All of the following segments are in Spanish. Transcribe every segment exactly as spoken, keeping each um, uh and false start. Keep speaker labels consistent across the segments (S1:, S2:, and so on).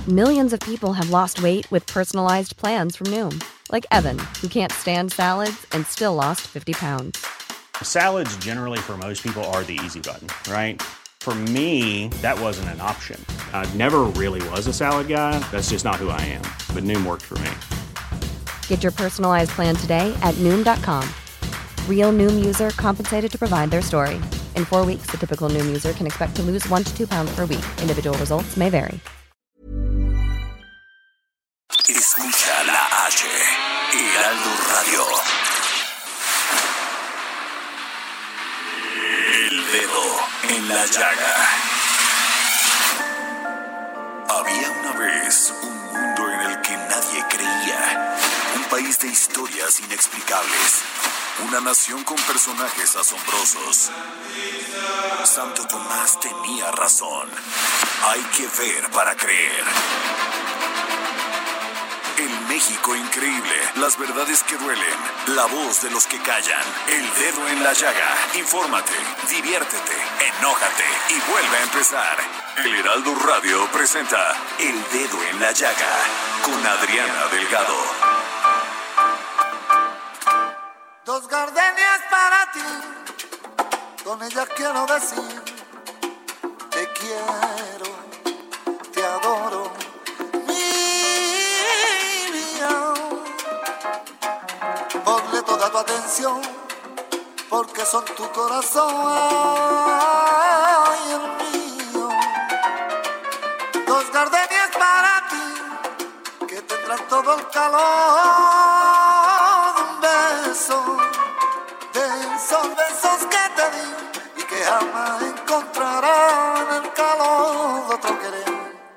S1: Millions of people have lost weight with personalized plans from Noom. Like Evan, who can't stand salads and still lost fifty pounds.
S2: Salads generally for most people are the easy button, right? For me, that wasn't an option. I never really was a salad guy. That's just not who I am. But Noom worked for me.
S1: Get your personalized plan today at Noom dot com. Real Noom user compensated to provide their story. In four weeks, the typical Noom user can expect to lose one to two pounds per week. Individual results may vary.
S3: Escucha la H, Heraldo Radio. El dedo en la llaga. Había una vez un mundo en el que nadie creía. Un país de historias inexplicables. Una nación con personajes asombrosos. Santo Tomás tenía razón. Hay que ver para creer. El México increíble, las verdades que duelen, la voz de los que callan, el dedo en la llaga. Infórmate, diviértete, enójate y vuelve a empezar. El Heraldo Radio presenta El Dedo en la Llaga con Adriana Delgado.
S4: Dos gardenias para ti, con ellas quiero decir, te quiero, te adoro. Ponle toda tu atención, porque son tu corazón y el mío. Dos gardenias para ti, que tendrán todo el calor de un beso, de esos besos que te di y que jamás encontrarán el calor de otro querer.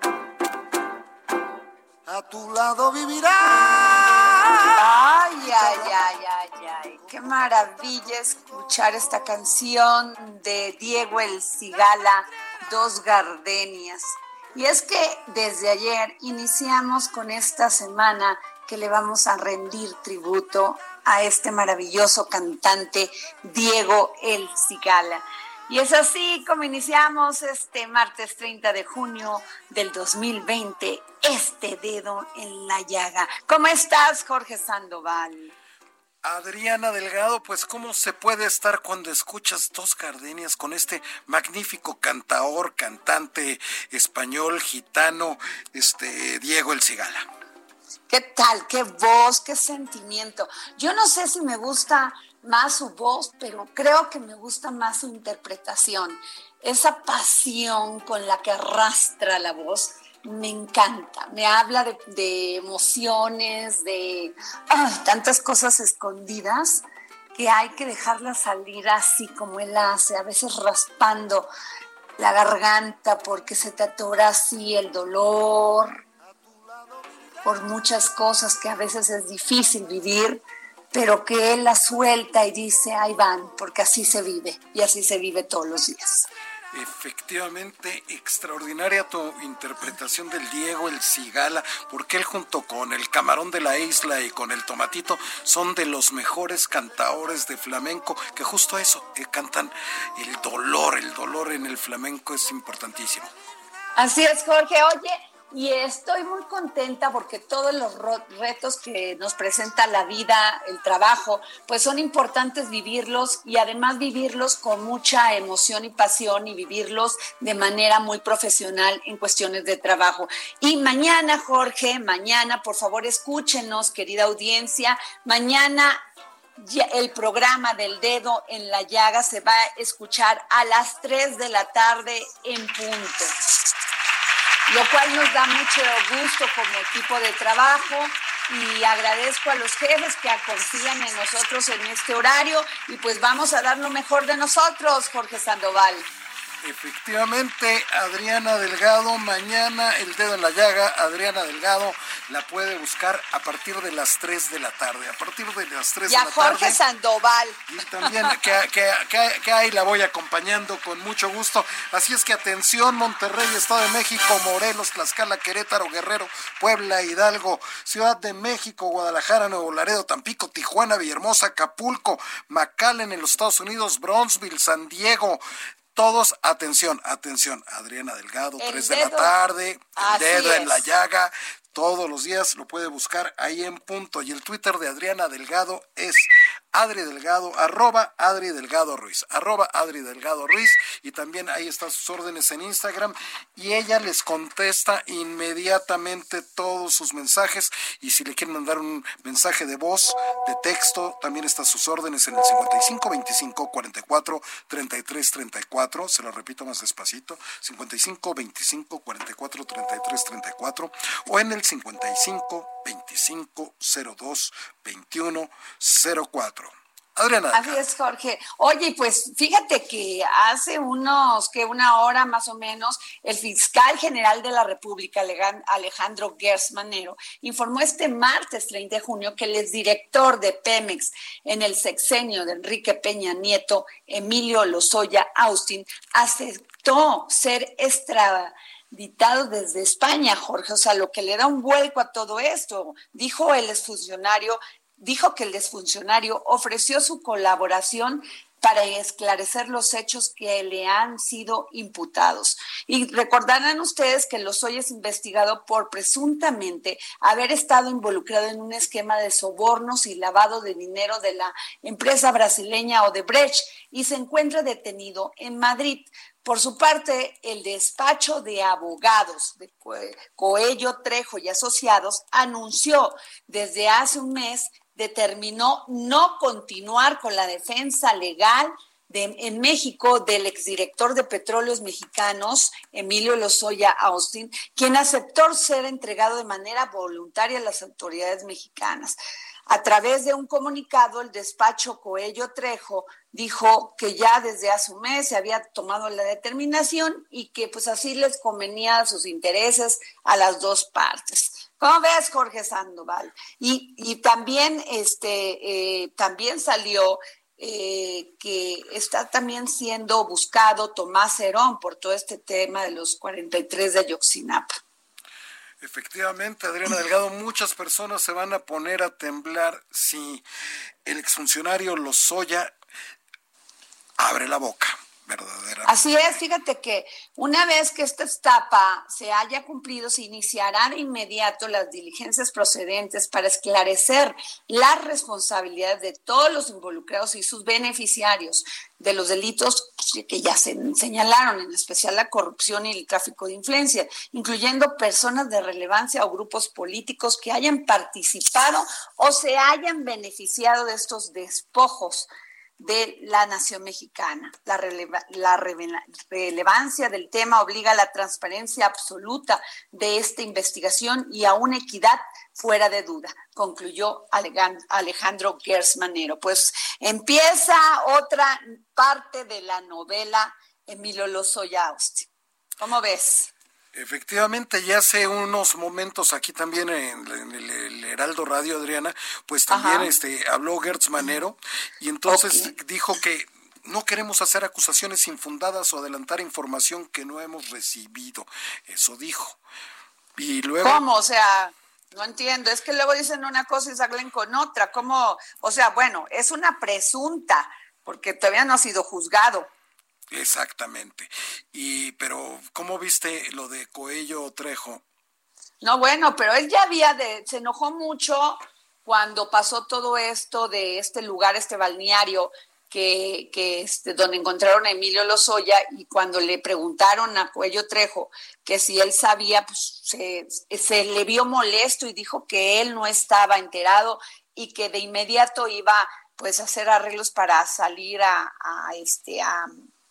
S4: A tu lado vivirá.
S5: Ay, ay, ay, ay, ay, qué maravilla escuchar esta canción de Diego El Cigala, Dos Gardenias. Y es que desde ayer iniciamos con esta semana que le vamos a rendir tributo a este maravilloso cantante Diego El Cigala. Y es así como iniciamos este martes treinta de junio del dos mil veinte, este dedo en la llaga. ¿Cómo estás, Jorge Sandoval?
S6: Adriana Delgado, pues cómo se puede estar cuando escuchas Dos Gardenias con este magnífico cantaor, cantante español, gitano, este Diego El Cigala.
S5: ¿Qué tal? ¿Qué voz? ¿Qué sentimiento? Yo no sé si me gusta más su voz, pero creo que me gusta más su interpretación. Esa pasión con la que arrastra la voz me encanta. Me habla de, de emociones, de ay, tantas cosas escondidas que hay que dejarlas salir así como él hace, a veces raspando la garganta porque se te atora así el dolor por muchas cosas que a veces es difícil vivir, pero que él la suelta y dice, ahí van, porque así se vive, y así se vive todos los días.
S6: Efectivamente, extraordinaria tu interpretación del Diego El Cigala, porque él junto con el Camarón de la Isla y con el Tomatito son de los mejores cantadores de flamenco, que justo eso, eh, cantan el dolor, el dolor en el flamenco es importantísimo.
S5: Así es, Jorge. Oye, y estoy muy contenta porque todos los retos que nos presenta la vida, el trabajo, pues son importantes vivirlos y además vivirlos con mucha emoción y pasión y vivirlos de manera muy profesional en cuestiones de trabajo. Y mañana, Jorge, mañana, por favor, escúchenos, querida audiencia, mañana ya el programa del Dedo en la Llaga se va a escuchar a las tres de la tarde en punto. Lo cual nos da mucho gusto como equipo de trabajo y agradezco a los jefes que confían en nosotros en este horario y pues vamos a dar lo mejor de nosotros, Jorge Sandoval.
S6: Efectivamente, Adriana Delgado, mañana El Dedo en la Llaga, Adriana Delgado la puede buscar a partir de las tres de la tarde, a partir de las tres de la tarde.
S5: Y a Jorge Sandoval.
S6: Y también que, que, que, que ahí la voy acompañando con mucho gusto. Así es que atención, Monterrey, Estado de México, Morelos, Tlaxcala, Querétaro, Guerrero, Puebla, Hidalgo, Ciudad de México, Guadalajara, Nuevo Laredo, Tampico, Tijuana, Villahermosa, Acapulco, McAllen en los Estados Unidos, Bronzeville, San Diego, Todos, atención, atención, Adriana Delgado,
S5: El
S6: tres de la
S5: dedo.
S6: tarde, el
S5: Así
S6: dedo en la
S5: es.
S6: llaga, todos los días lo puede buscar ahí en punto. Y el Twitter de Adriana Delgado es Adri Delgado, arroba Adri Delgado Ruiz, arroba Adri Delgado Ruiz, y también ahí están sus órdenes en Instagram, y ella les contesta inmediatamente todos sus mensajes, y si le quieren mandar un mensaje de voz, de texto, también están sus órdenes en el cincuenta y cinco veinticinco cuarenta y cuatro treinta y tres treinta y cuatro, se lo repito más despacito, cincuenta y cinco veinticinco cuarenta y cuatro treinta y tres treinta y cuatro, o en el cincuenta y cinco veinticinco cero dos veintiuno cero cuatro. Adriana.
S5: Así es, Jorge. Oye, pues fíjate que hace unos, que una hora más o menos, el fiscal general de la República, Alejandro Gertz Manero, informó este martes treinta de junio que el exdirector de Pemex en el sexenio de Enrique Peña Nieto, Emilio Lozoya Austin, aceptó ser extraditado desde España, Jorge. O sea, lo que le da un vuelco a todo esto, dijo el exfuncionario. Dijo que el exfuncionario ofreció su colaboración para esclarecer los hechos que le han sido imputados. Y recordarán ustedes que Lozoya es investigado por presuntamente haber estado involucrado en un esquema de sobornos y lavado de dinero de la empresa brasileña Odebrecht, y se encuentra detenido en Madrid. Por su parte, el despacho de abogados de Coello, Trejo y Asociados anunció desde hace un mes determinó no continuar con la defensa legal de, en México del exdirector de Petróleos Mexicanos, Emilio Lozoya Austin, quien aceptó ser entregado de manera voluntaria a las autoridades mexicanas. A través de un comunicado, el despacho Coello Trejo dijo que ya desde hace un mes se había tomado la determinación y que pues así les convenía a sus intereses a las dos partes. ¿Cómo ves, Jorge Sandoval? Y, y también, este, eh, también salió eh, que está también siendo buscado Tomás Herón por todo este tema de los cuarenta y tres de Ayotzinapa.
S6: Efectivamente, Adriana Delgado, muchas personas se van a poner a temblar si el exfuncionario Lozoya abre la boca, verdaderamente.
S5: Así es, fíjate que una vez que esta etapa se haya cumplido, se iniciarán de inmediato las diligencias procedentes para esclarecer las responsabilidades de todos los involucrados y sus beneficiarios de los delitos que ya se señalaron, en especial la corrupción y el tráfico de influencia, incluyendo personas de relevancia o grupos políticos que hayan participado o se hayan beneficiado de estos despojos de la nación mexicana. La, releva, la revela, relevancia del tema obliga a la transparencia absoluta de esta investigación y a una equidad fuera de duda, concluyó Alejandro Gertz Manero. Pues empieza otra parte de la novela Emilio Lozoya Austin. ¿Cómo ves?
S6: Efectivamente, ya hace unos momentos aquí también en, en el, el Heraldo Radio, Adriana, pues también este habló Gertz Manero y entonces okay. dijo que no queremos hacer acusaciones infundadas o adelantar información que no hemos recibido. Eso dijo. Y luego...
S5: ¿Cómo? O sea, no entiendo. Es que luego dicen una cosa y salen con otra. ¿Cómo? O sea, bueno, es una presunta, porque todavía no ha sido juzgado.
S6: Exactamente. Y pero ¿cómo viste lo de Coello Trejo?
S5: No, bueno, pero él ya había de, se enojó mucho cuando pasó todo esto de este lugar, este balneario que, que este, donde encontraron a Emilio Lozoya, y cuando le preguntaron a Coello Trejo que si él sabía, pues se, se le vio molesto y dijo que él no estaba enterado y que de inmediato iba pues a hacer arreglos para salir a, a este a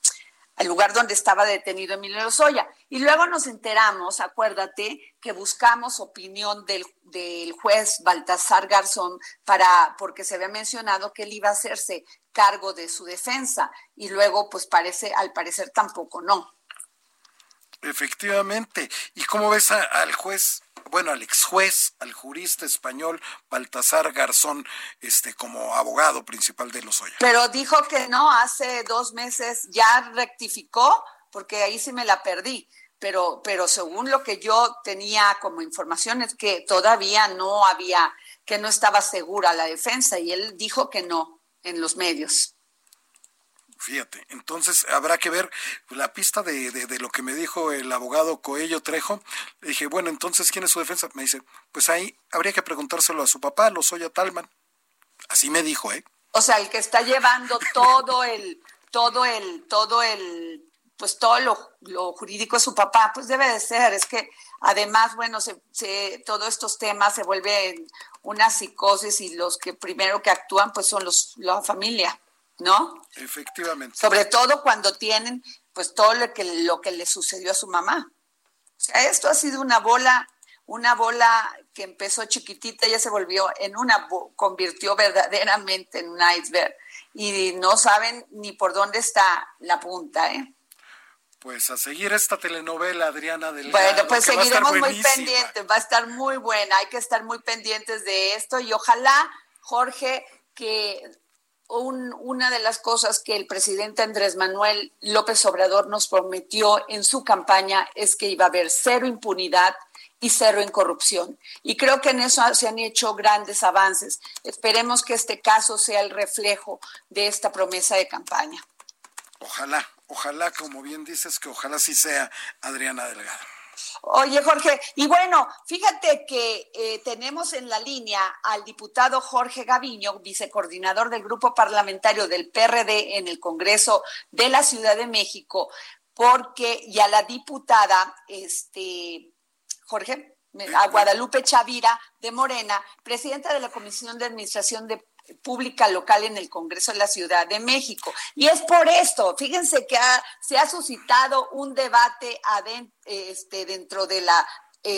S5: al lugar donde estaba detenido Emilio Lozoya. Y luego nos enteramos, acuérdate, que buscamos opinión del, del juez Baltasar Garzón para, porque se había mencionado que él iba a hacerse cargo de su defensa, y luego, pues parece, al parecer tampoco no.
S6: Efectivamente. ¿Y cómo ves a, al juez, bueno, al ex juez, al jurista español Baltasar Garzón, este, como abogado principal de Lozoya?
S5: Pero dijo que no, hace dos meses ya rectificó, porque ahí sí me la perdí. Pero, pero según lo que yo tenía como información es que todavía no había, que no estaba segura la defensa, y él dijo que no en los medios.
S6: Fíjate, entonces habrá que ver la pista de, de, de lo que me dijo el abogado Coello Trejo. Le dije, bueno, entonces, ¿quién es su defensa? Me dice, pues ahí habría que preguntárselo a su papá, Lozoya Talman. Así me dijo, ¿eh?
S5: O sea, el que está llevando todo el, todo el, todo el, pues todo lo, lo jurídico es su papá, pues debe de ser. Es que además, bueno, se, se, todos estos temas se vuelven una psicosis y los que primero que actúan, pues son los, la familia, ¿no?
S6: Efectivamente.
S5: Sobre todo cuando tienen, pues todo lo que, lo que le sucedió a su mamá. O sea, esto ha sido una bola, una bola que empezó chiquitita, ya se volvió en una, convirtió verdaderamente en un iceberg y no saben ni por dónde está la punta, ¿eh?
S6: Pues a seguir esta telenovela, Adriana Delgado.
S5: Bueno, pues seguiremos muy pendientes, va a estar muy buena, hay que estar muy pendientes de esto y ojalá, Jorge, que un, una de las cosas que el presidente Andrés Manuel López Obrador nos prometió en su campaña es que iba a haber cero impunidad y cero en corrupción. Y creo que en eso se han hecho grandes avances. Esperemos que este caso sea el reflejo de esta promesa de campaña.
S6: Ojalá, ojalá, como bien dices, que ojalá sí sea Adriana Delgado.
S5: Oye, Jorge, y bueno, fíjate que eh, tenemos en la línea al diputado Jorge Gaviño, vicecoordinador del grupo parlamentario del P R D en el Congreso de la Ciudad de México, porque y a la diputada, este, Jorge, a Guadalupe Chavira de Morena, presidenta de la Comisión de Administración de Pública Local en el Congreso de la Ciudad de México. Y es por esto, fíjense que ha, se ha suscitado un debate adent, este, dentro de la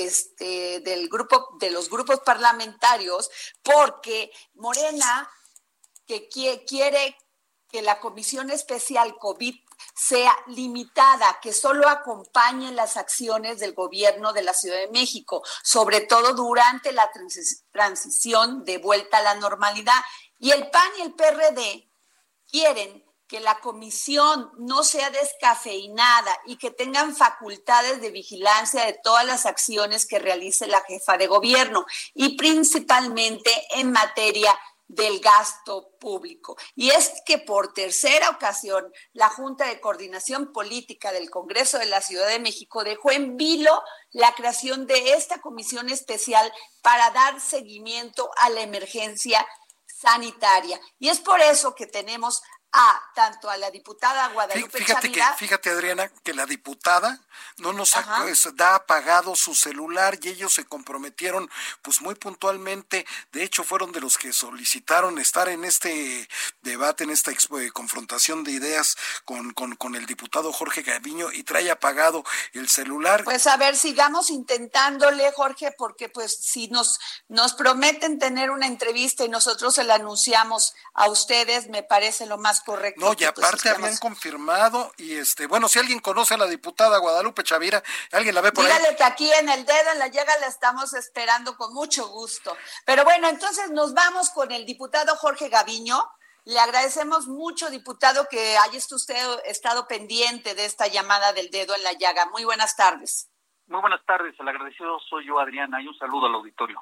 S5: este del grupo de los grupos parlamentarios, porque Morena que quiere que la Comisión Especial COVID sea limitada, que solo acompañe las acciones del gobierno de la Ciudad de México, sobre todo durante la transi- transición de vuelta a la normalidad. Y el P A N y el P R D quieren que la comisión no sea descafeinada y que tengan facultades de vigilancia de todas las acciones que realice la jefa de gobierno y principalmente en materia del gasto público. Y es que por tercera ocasión la Junta de Coordinación Política del Congreso de la Ciudad de México dejó en vilo la creación de esta comisión especial para dar seguimiento a la emergencia sanitaria. Y es por eso que tenemos a tanto a la diputada Guadalupe
S6: fíjate
S5: Chavira.
S6: Que, fíjate, Adriana, que la diputada no nos ha, da apagado su celular y ellos se comprometieron pues muy puntualmente. De hecho, fueron de los que solicitaron estar en este debate, en esta expo, eh, confrontación de ideas con, con, con el diputado Jorge Gaviño y trae apagado el celular.
S5: Pues a ver, sigamos intentándole, Jorge, porque pues si nos, nos prometen tener una entrevista y nosotros se la anunciamos a ustedes, me parece lo más correcto.
S6: No, y aparte
S5: pues, estamos...
S6: habían confirmado, y este, bueno, si alguien conoce a la diputada Guadalupe Chavira, alguien la ve por
S5: Dígale
S6: ahí.
S5: que aquí en el dedo en la llaga la estamos esperando con mucho gusto. Pero bueno, entonces nos vamos con el diputado Jorge Gaviño. Le agradecemos mucho, diputado, que haya usted estado pendiente de esta llamada del dedo en la llaga. Muy buenas tardes.
S7: Muy buenas tardes, el agradecido soy yo, Adriana, y un saludo al auditorio.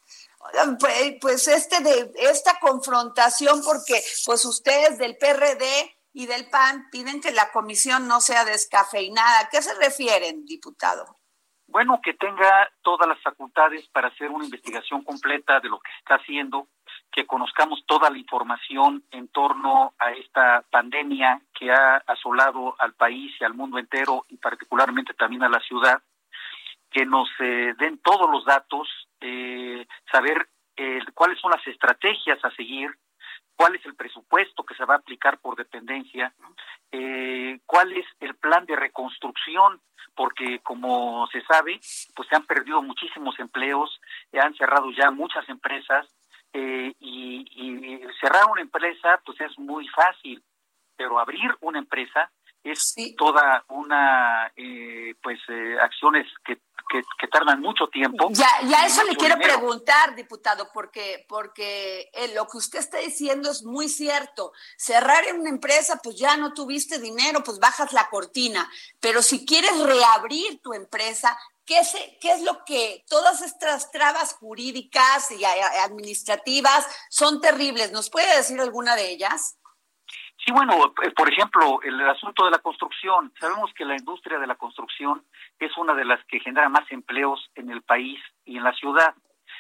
S5: Pues este de esta confrontación, porque pues ustedes del P R D y del P A N piden que la comisión no sea descafeinada. ¿A qué se refieren, diputado?
S7: Bueno, que tenga todas las facultades para hacer una investigación completa de lo que se está haciendo, que conozcamos toda la información en torno a esta pandemia que ha asolado al país y al mundo entero, y particularmente también a la ciudad, que nos eh, den todos los datos, eh, saber eh, cuáles son las estrategias a seguir, cuál es el presupuesto que se va a aplicar por dependencia, eh, cuál es el plan de reconstrucción, porque como se sabe, pues se han perdido muchísimos empleos, eh, han cerrado ya muchas empresas, eh, y, y cerrar una empresa pues es muy fácil, pero abrir una empresa es sí. toda una eh, pues eh, acciones que, que que tardan mucho tiempo.
S5: Ya ya eso le quiero dinero. preguntar, diputado, porque porque eh, lo que usted está diciendo es muy cierto. Cerrar en una empresa, pues ya no tuviste dinero, pues bajas la cortina, pero si quieres reabrir tu empresa, ¿qué es, qué es lo que todas estas trabas jurídicas y administrativas son terribles? ¿Nos puede decir alguna de ellas?
S7: Sí, bueno, por ejemplo, el asunto de la construcción. Sabemos que la industria de la construcción es una de las que genera más empleos en el país y en la ciudad.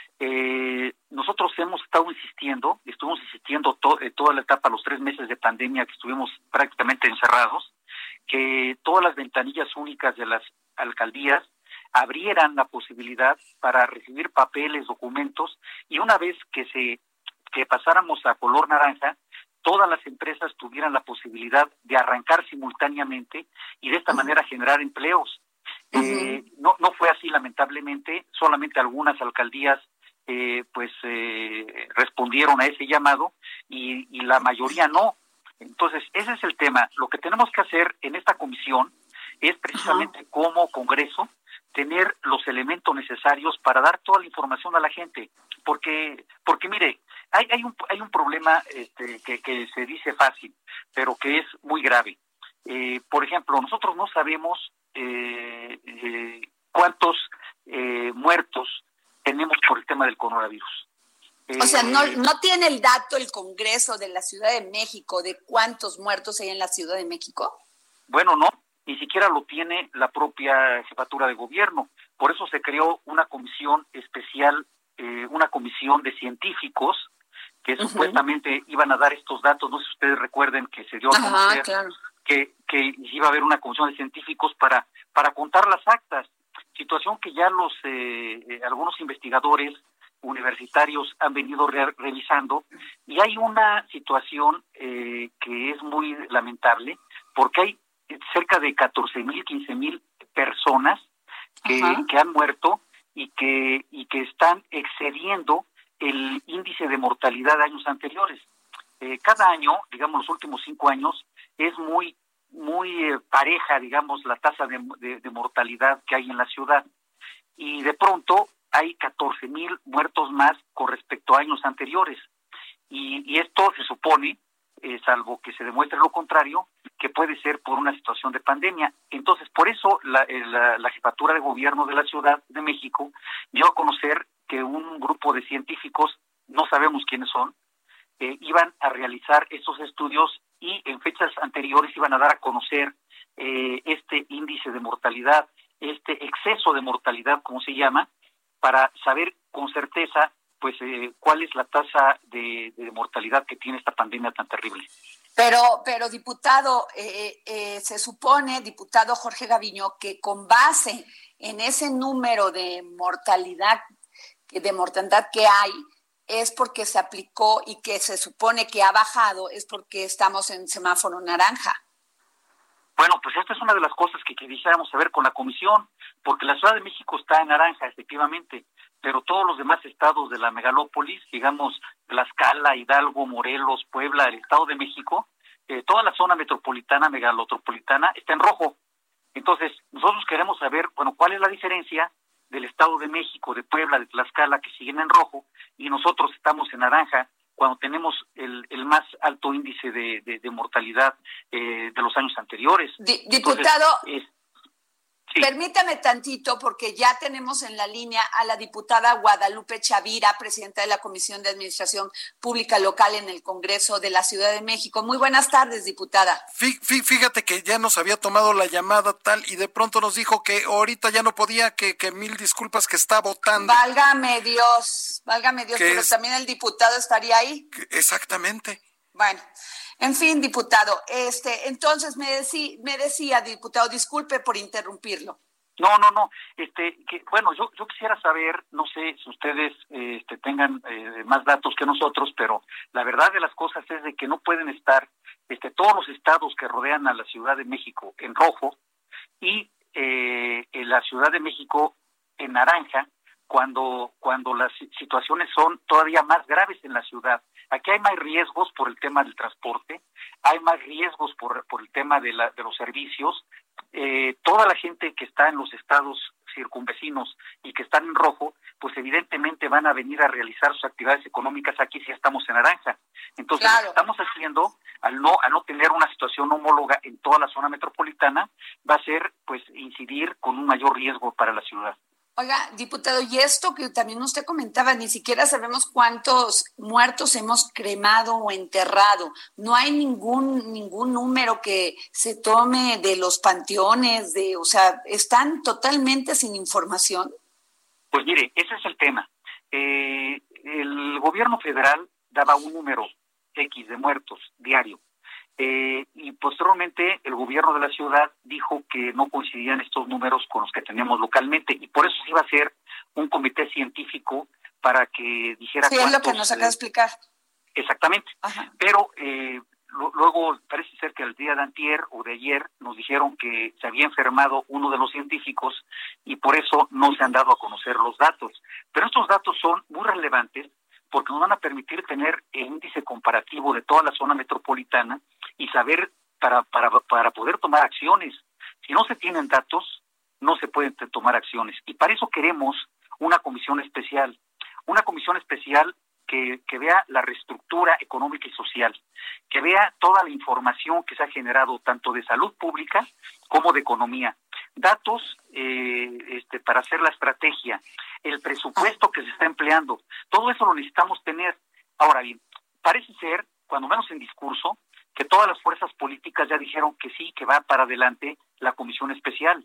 S7: Eh, nosotros hemos estado insistiendo, estuvimos insistiendo to, eh, toda la etapa, los tres meses de pandemia que estuvimos prácticamente encerrados, que todas las ventanillas únicas de las alcaldías abrieran la posibilidad para recibir papeles, documentos, y una vez que se que pasáramos a color naranja, todas las empresas tuvieran la posibilidad de arrancar simultáneamente y de esta uh-huh. manera generar empleos. Uh-huh. Eh, no no fue así, lamentablemente. Solamente algunas alcaldías eh, pues eh, respondieron a ese llamado y, y la mayoría no. Entonces, ese es el tema. Lo que tenemos que hacer en esta comisión es precisamente uh-huh. como Congreso tener los elementos necesarios para dar toda la información a la gente, porque porque mire, hay hay un hay un problema este, que que se dice fácil, pero que es muy grave. Eh, por ejemplo, nosotros no sabemos eh, eh, cuántos eh, muertos tenemos por el tema del coronavirus.
S5: O sea, no no tiene el dato el Congreso de la Ciudad de México de cuántos muertos hay en la Ciudad de México.
S7: Bueno, no. Ni siquiera lo tiene la propia jefatura de gobierno. Por eso se creó una comisión especial, eh, una comisión de científicos que uh-huh. supuestamente iban a dar estos datos. No sé si ustedes recuerden que se dio a conocer
S5: claro.
S7: que, que iba a haber una comisión de científicos para, para contar las actas. Situación que ya los eh, eh, algunos investigadores universitarios han venido re- revisando y hay una situación eh, que es muy lamentable porque hay cerca de catorce mil, quince mil personas que, que han muerto y que y que están excediendo el índice de mortalidad de años anteriores. Eh, cada año, digamos los últimos cinco años, es muy muy eh, pareja, digamos, la tasa de, de, de mortalidad que hay en la ciudad. Y de pronto hay catorce mil muertos más con respecto a años anteriores. Y, y esto se supone, eh, salvo que se demuestre lo contrario, que puede ser por una situación de pandemia. Entonces, por eso la, la, la jefatura de gobierno de la Ciudad de México dio a conocer que un grupo de científicos, no sabemos quiénes son, eh, iban a realizar estos estudios y en fechas anteriores iban a dar a conocer eh, este índice de mortalidad, este exceso de mortalidad, como se llama, para saber con certeza pues eh, cuál es la tasa de, de mortalidad que tiene esta pandemia tan terrible.
S5: Pero, pero diputado, eh, eh, se supone, diputado Jorge Gaviño, que con base en ese número de mortalidad, de mortandad que hay, es porque se aplicó y que se supone que ha bajado, es porque estamos en semáforo naranja.
S7: Bueno, pues esta es una de las cosas que quisiéramos saber con la comisión, porque la Ciudad de México está en naranja, efectivamente, pero todos los demás estados de la megalópolis, digamos, Tlaxcala, Hidalgo, Morelos, Puebla, el Estado de México, eh, toda la zona metropolitana, megalotropolitana, está en rojo. Entonces, nosotros queremos saber, bueno, cuál es la diferencia del Estado de México, de Puebla, de Tlaxcala, que siguen en rojo, y nosotros estamos en naranja, cuando tenemos el, el más alto índice de, de, de mortalidad eh, de los años anteriores.
S5: Di, diputado,
S7: Entonces, es, sí.
S5: Permítame tantito, porque ya tenemos en la línea a la diputada Guadalupe Chavira, presidenta de la Comisión de Administración Pública Local en el Congreso de la Ciudad de México. Muy buenas tardes, diputada.
S6: Fíjate que ya nos había tomado la llamada tal y de pronto nos dijo que ahorita ya no podía, que, que mil disculpas, que está votando.
S5: Válgame Dios, válgame Dios, pero es, también el diputado estaría ahí.
S6: Exactamente.
S5: Bueno, en fin, diputado, este, entonces me decía, me decía, diputado, disculpe por interrumpirlo.
S7: No, no, no, este, que, bueno, yo, yo quisiera saber, no sé si ustedes este, tengan eh, más datos que nosotros, pero la verdad de las cosas es de que no pueden estar este, todos los estados que rodean a la Ciudad de México en rojo y eh, en la Ciudad de México en naranja, cuando, cuando las situaciones son todavía más graves en la ciudad. Aquí hay más riesgos por el tema del transporte, hay más riesgos por, por el tema de, la, de los servicios. Eh, toda la gente que está en los estados circunvecinos y que están en rojo, pues evidentemente van a venir a realizar sus actividades económicas aquí si estamos en naranja. Entonces, claro, lo que estamos haciendo, al no, al no tener una situación homóloga en toda la zona metropolitana, va a ser pues incidir con un mayor riesgo para la ciudad.
S5: Oiga, diputado, y esto que también usted comentaba, ni siquiera sabemos cuántos muertos hemos cremado o enterrado. No hay ningún ningún número que se tome de los panteones, de, o sea, están totalmente sin información.
S7: Pues mire, ese es el tema. Eh, el gobierno federal daba un número X de muertos diario. Eh, y posteriormente el gobierno de la ciudad dijo que no coincidían estos números con los que tenemos localmente, y por eso se iba a hacer un comité científico para que dijera.
S5: Sí, es lo que nos acaba de explicar.
S7: Exactamente. Ajá. Pero eh, lo, luego parece ser que el día de antier o de ayer nos dijeron que se había enfermado uno de los científicos y por eso no se han dado a conocer los datos. Pero estos datos son muy relevantes porque nos van a permitir tener el índice comparativo de toda la zona metropolitana y saber para, para, para poder tomar acciones. Si no se tienen datos, no se pueden tomar acciones. Y para eso queremos una comisión especial, una comisión especial que, que vea la reestructura económica y social, que vea toda la información que se ha generado tanto de salud pública como de economía. Datos eh, este, para hacer la estrategia, el presupuesto que se está empleando, todo eso lo necesitamos tener. Ahora bien, parece ser, cuando menos en discurso, que todas las fuerzas políticas ya dijeron que sí, que va para adelante la comisión especial.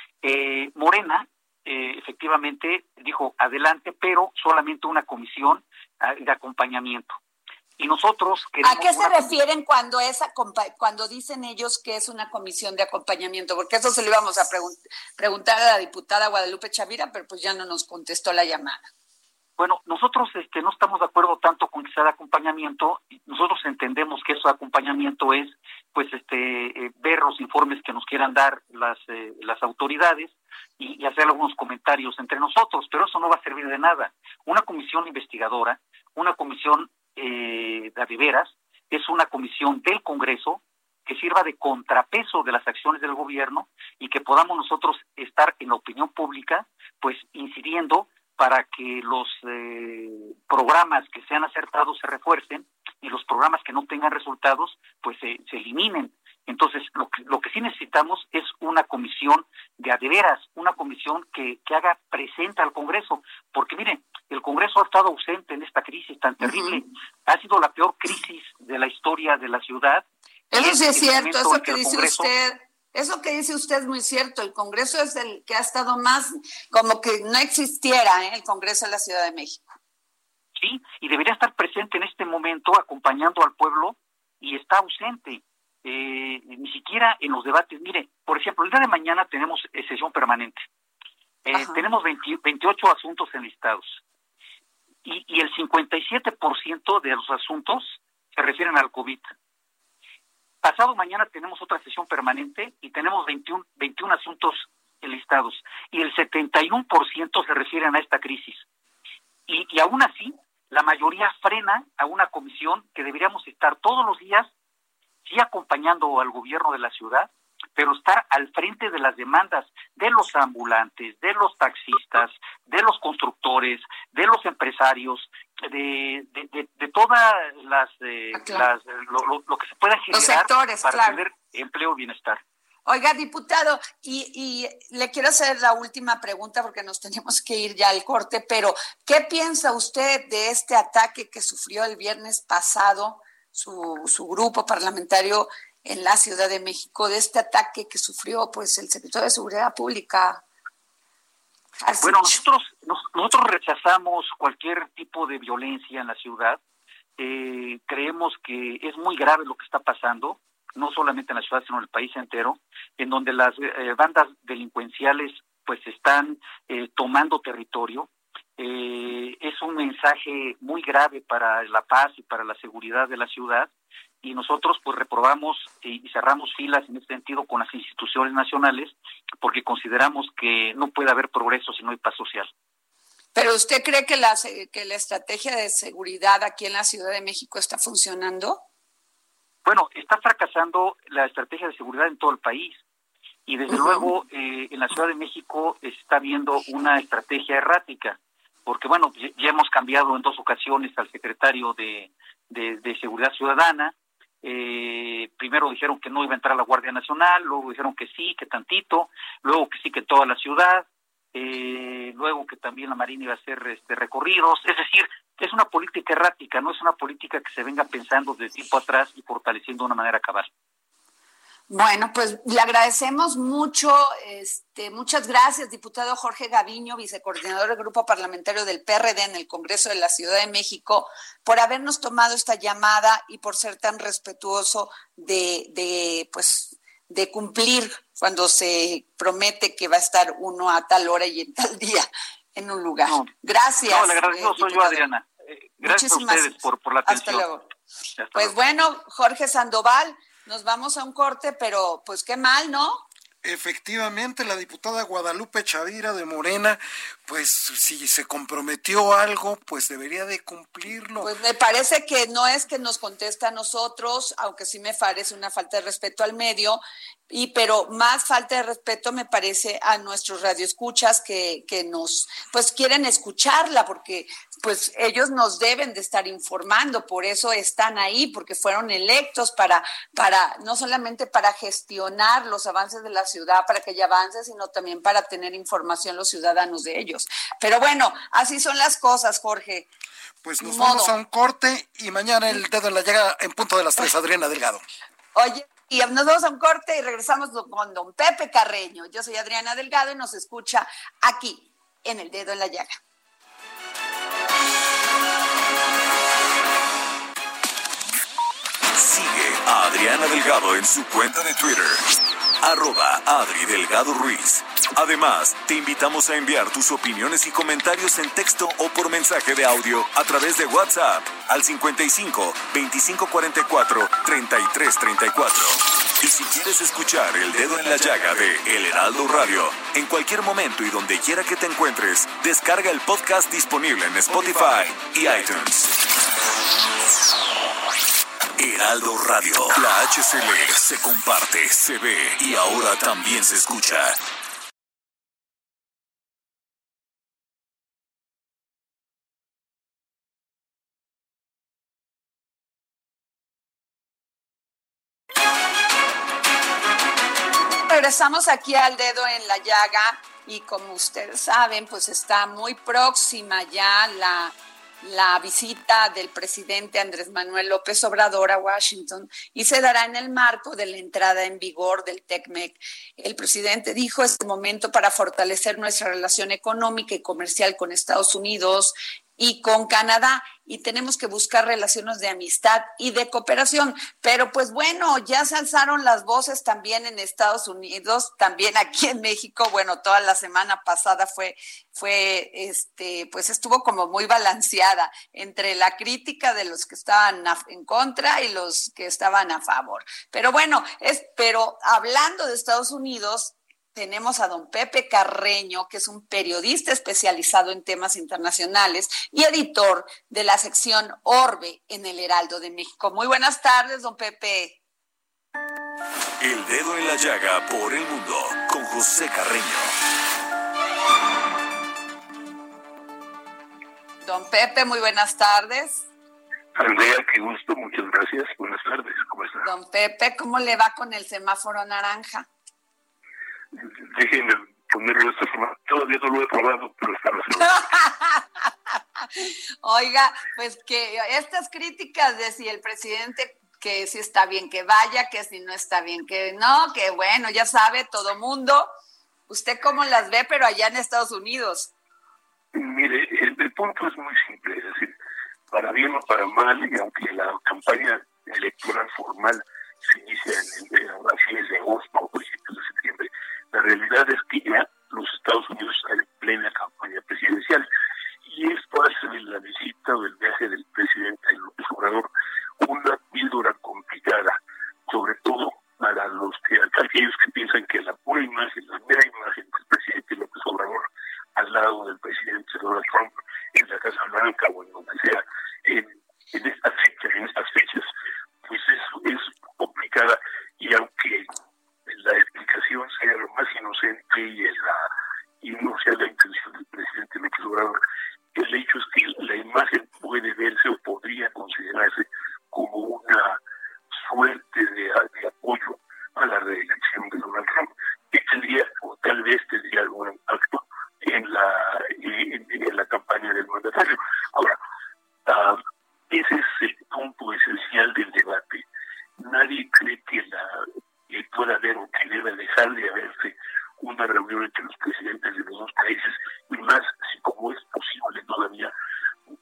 S7: Eh, Morena, eh, efectivamente, dijo adelante, pero solamente una comisión uh, de acompañamiento. Y nosotros queremos.
S5: ¿A qué se refieren cuando es cuando dicen ellos que es una comisión de acompañamiento? Porque eso se lo íbamos a pregun- preguntar a la diputada Guadalupe Chavira, pero pues ya no nos contestó la llamada.
S7: Bueno, nosotros este, no estamos de acuerdo tanto con que sea de acompañamiento. Nosotros entendemos que eso de acompañamiento es, pues, este, eh, ver los informes que nos quieran dar las eh, las autoridades y, y hacer algunos comentarios entre nosotros, pero eso no va a servir de nada. Una comisión investigadora, una comisión eh, de de veras, es una comisión del Congreso que sirva de contrapeso de las acciones del gobierno y que podamos nosotros estar en la opinión pública, pues, incidiendo para que los eh, programas que sean acertados se refuercen y los programas que no tengan resultados pues se, se eliminen. Entonces lo que, lo que sí necesitamos es una comisión de a de veras, una comisión que, que haga presente al Congreso, porque miren, el Congreso ha estado ausente en esta crisis tan terrible, uh-huh. Ha sido la peor crisis de la historia de la ciudad.
S5: Eso sí es cierto, eso que dice Congreso, usted... Eso que dice usted es muy cierto. El Congreso es el que ha estado más como que no existiera, ¿eh? El Congreso de la Ciudad de México.
S7: Sí, y debería estar presente en este momento acompañando al pueblo y está ausente. Eh, ni siquiera en los debates. Mire, por ejemplo, el día de mañana tenemos eh, sesión permanente. Eh, tenemos veinte, veintiocho asuntos enlistados y, y el cincuenta y siete por ciento de los asuntos se refieren al COVID. Pasado mañana tenemos otra sesión permanente y tenemos veintiuno, veintiuno asuntos enlistados y el setenta y uno por ciento se refieren a esta crisis. Y, y aún así, la mayoría frena a una comisión que deberíamos estar todos los días, sí acompañando al gobierno de la ciudad, pero estar al frente de las demandas de los ambulantes, de los taxistas, de los constructores, de los empresarios, de de, de, de todas las, eh, ah, claro. las lo, lo, lo que se pueda generar
S5: sectores,
S7: para
S5: claro.
S7: tener empleo y bienestar.
S5: Oiga, diputado, y, y le quiero hacer la última pregunta porque nos tenemos que ir ya al corte, pero ¿qué piensa usted de este ataque que sufrió el viernes pasado su, su grupo parlamentario en la Ciudad de México, de este ataque que sufrió pues el secretario de Seguridad Pública? Así.
S7: Bueno, nosotros nosotros rechazamos cualquier tipo de violencia en la ciudad. Eh, creemos que es muy grave lo que está pasando, no solamente en la ciudad, sino en el país entero, en donde las eh, bandas delincuenciales pues están eh, tomando territorio. Eh, es un mensaje muy grave para la paz y para la seguridad de la ciudad, y nosotros pues reprobamos y cerramos filas en este sentido con las instituciones nacionales porque consideramos que no puede haber progreso si no hay paz social.
S5: ¿Pero usted cree que la, que la estrategia de seguridad aquí en la Ciudad de México está funcionando?
S7: Bueno, está fracasando la estrategia de seguridad en todo el país y desde uh-huh. luego eh, en la Ciudad de México está viendo una estrategia errática, porque bueno, ya hemos cambiado en dos ocasiones al secretario de, de, de Seguridad Ciudadana. Eh, primero dijeron que no iba a entrar la Guardia Nacional, luego dijeron que sí, que tantito, luego que sí, que toda la ciudad. eh, luego que también la Marina iba a hacer este, recorridos, es decir, es una política errática, no es una política que se venga pensando de tiempo atrás y fortaleciendo de una manera cabal.
S5: Bueno, pues le agradecemos mucho, este, muchas gracias, diputado Jorge Gaviño, vicecoordinador del Grupo Parlamentario del P R D en el Congreso de la Ciudad de México, por habernos tomado esta llamada y por ser tan respetuoso de, de, pues, de cumplir cuando se promete que va a estar uno a tal hora y en tal día en un lugar. No, gracias.
S7: No, le agradezco, eh, soy yo, Adriana. Eh, gracias Muchísimas, a ustedes por, por la atención.
S5: Hasta luego.
S7: Hasta
S5: pues
S7: luego.
S5: Bueno, Jorge Sandoval, nos vamos a un corte, pero pues qué mal, ¿no?
S6: Efectivamente, la diputada Guadalupe Chavira de Morena, pues si se comprometió algo, pues debería de cumplirlo.
S5: Pues me parece que no es que nos conteste a nosotros, aunque sí me parece una falta de respeto al medio, y pero más falta de respeto me parece a nuestros radioescuchas que, que nos, pues quieren escucharla, porque pues ellos nos deben de estar informando, por eso están ahí, porque fueron electos para, para, no solamente para gestionar los avances de la ciudad, para que ella avance, sino también para tener información los ciudadanos de ellos. Pero bueno, así son las cosas, Jorge.
S6: Pues nos Modo. vamos a un corte y mañana el dedo en la llaga en punto de las tres, Adriana Delgado.
S5: Oye, y nos vamos a un corte y regresamos con don Pepe Carreño. Yo soy Adriana Delgado y nos escucha aquí, en El Dedo en la Llaga.
S3: Sigue a Adriana Delgado en su cuenta de Twitter, arroba Adri Delgado Ruiz. Además, te invitamos a enviar tus opiniones y comentarios en texto o por mensaje de audio a través de WhatsApp al cincuenta y cinco, veinticinco cuarenta y cuatro, treinta y tres treinta y cuatro. Y si quieres escuchar El Dedo en la Llaga de El Heraldo Radio, en cualquier momento y donde quiera que te encuentres, descarga el podcast disponible en Spotify y iTunes. Heraldo Radio, la H C L se comparte, se ve y ahora también se escucha.
S5: Regresamos aquí al Dedo en la Llaga y como ustedes saben, pues está muy próxima ya la, la visita del presidente Andrés Manuel López Obrador a Washington y se dará en el marco de la entrada en vigor del TECMEC. El presidente dijo es el momento para fortalecer nuestra relación económica y comercial con Estados Unidos y con Canadá, y tenemos que buscar relaciones de amistad y de cooperación. Pero pues bueno, ya se alzaron las voces también en Estados Unidos, también aquí en México. Bueno, toda la semana pasada fue, fue este, pues estuvo como muy balanceada entre la crítica de los que estaban en contra y los que estaban a favor. Pero bueno, es, pero hablando de Estados Unidos, tenemos a don Pepe Carreño, que es un periodista especializado en temas internacionales y editor de la sección Orbe en el Heraldo de México. Muy buenas tardes, don Pepe.
S3: El Dedo en la Llaga por el mundo con José Carreño.
S5: Don Pepe, muy buenas tardes.
S8: Andrea, qué gusto, muchas gracias. Buenas tardes, ¿cómo está?
S5: Don Pepe, ¿cómo le va con el semáforo naranja?
S8: Déjenme ponerlo de esta forma. Todavía no lo he probado, pero está razón.
S5: Oiga, pues que estas críticas de si el presidente, que si está bien que vaya, que si no está bien que no, que bueno, ya sabe todo mundo. ¿Usted cómo las ve, pero allá en Estados Unidos?
S8: Mire, el, el punto es muy simple, es decir, para bien o para mal, y aunque la campaña electoral formal se inicia en el, a fines de agosto o principios de septiembre, la realidad es que ya los Estados Unidos están en plena campaña presidencial y esto hace de la visita o del viaje del presidente López Obrador una píldora complicada, sobre todo para los que aquellos que piensan que la pura imagen, la mera imagen del presidente López Obrador al lado del presidente Donald Trump en la Casa Blanca o en donde sea, en, en estas fechas, en estas fechas, pues es, es complicada, y aunque la explicación sea lo más inocente y, la, y no sea la intención del presidente López Obrador, el hecho es que la imagen puede verse o podría considerarse como una suerte de, de apoyo a la reelección de Donald Trump, que tendría o tal vez tendría algún impacto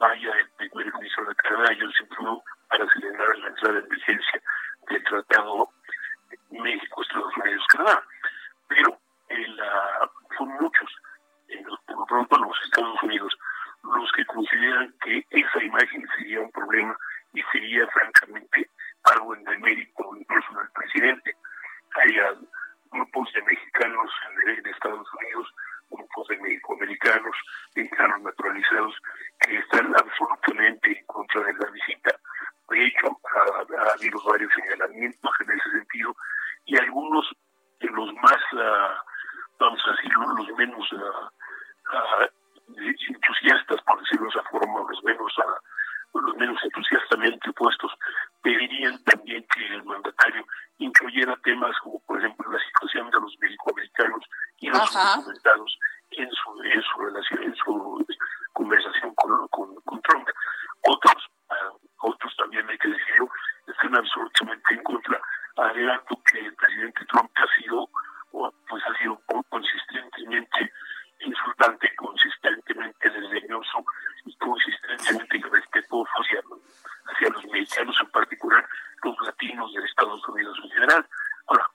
S8: vaya el primer ministro de Canadá, Justin Trudeau, para acelerar la entrada de emergencia del Tratado México, Estados Unidos, Canadá. Pero eh, la, son muchos, eh, por lo pronto los Estados Unidos, los que consideran que esa imagen sería un problema y sería francamente algo en demérito incluso del presidente. Hay grupos de mexicanos en, en Estados Unidos, grupos de mexicoamericanos, mexicanos naturalizados, que están absolutamente en contra de la visita. De hecho, ha, ha habido varios señalamientos en ese sentido, y algunos de los más, uh, vamos a decirlo, los menos uh, uh, entusiastas, por decirlo de esa forma, los menos, uh, los menos entusiastamente puestos, pedirían también que el mandatario incluyera temas como, por ejemplo, la situación de los mexicoamericanos y los documentados en su, en su relación, en su conversación con, con, con Trump. Otros, uh, otros también hay que decirlo, están absolutamente en contra, alegando que el presidente Trump ha sido, pues ha sido consistentemente insultante, consistentemente desdeñoso y consistentemente irrespetuoso hacia, hacia los mexicanos, en particular los latinos de Estados Unidos en general. Ahora,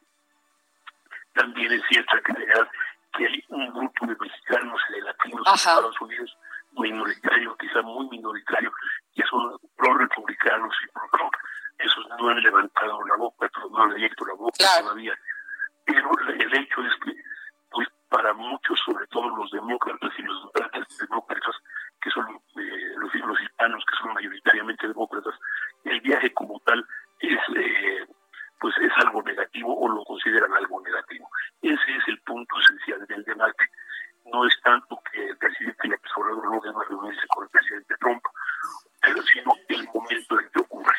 S8: también es cierto que agregar que hay un grupo de mexicanos y de latinos en Estados Unidos minoritario, quizá muy minoritario, que son pro-republicanos y pro-Trump. Esos no han levantado la boca, otros no han abierto la boca claro. todavía. Pero el hecho es que, pues, para muchos, sobre todo los demócratas y los demócratas, que son eh, los, los hispanos, que son mayoritariamente demócratas, el viaje como tal es, eh, pues, es algo negativo o lo consideran algo negativo. Ese es el punto esencial del debate. No es tanto que el presidente López Obrador no deba reunirse con el presidente Trump, pero sino el momento en que ocurre.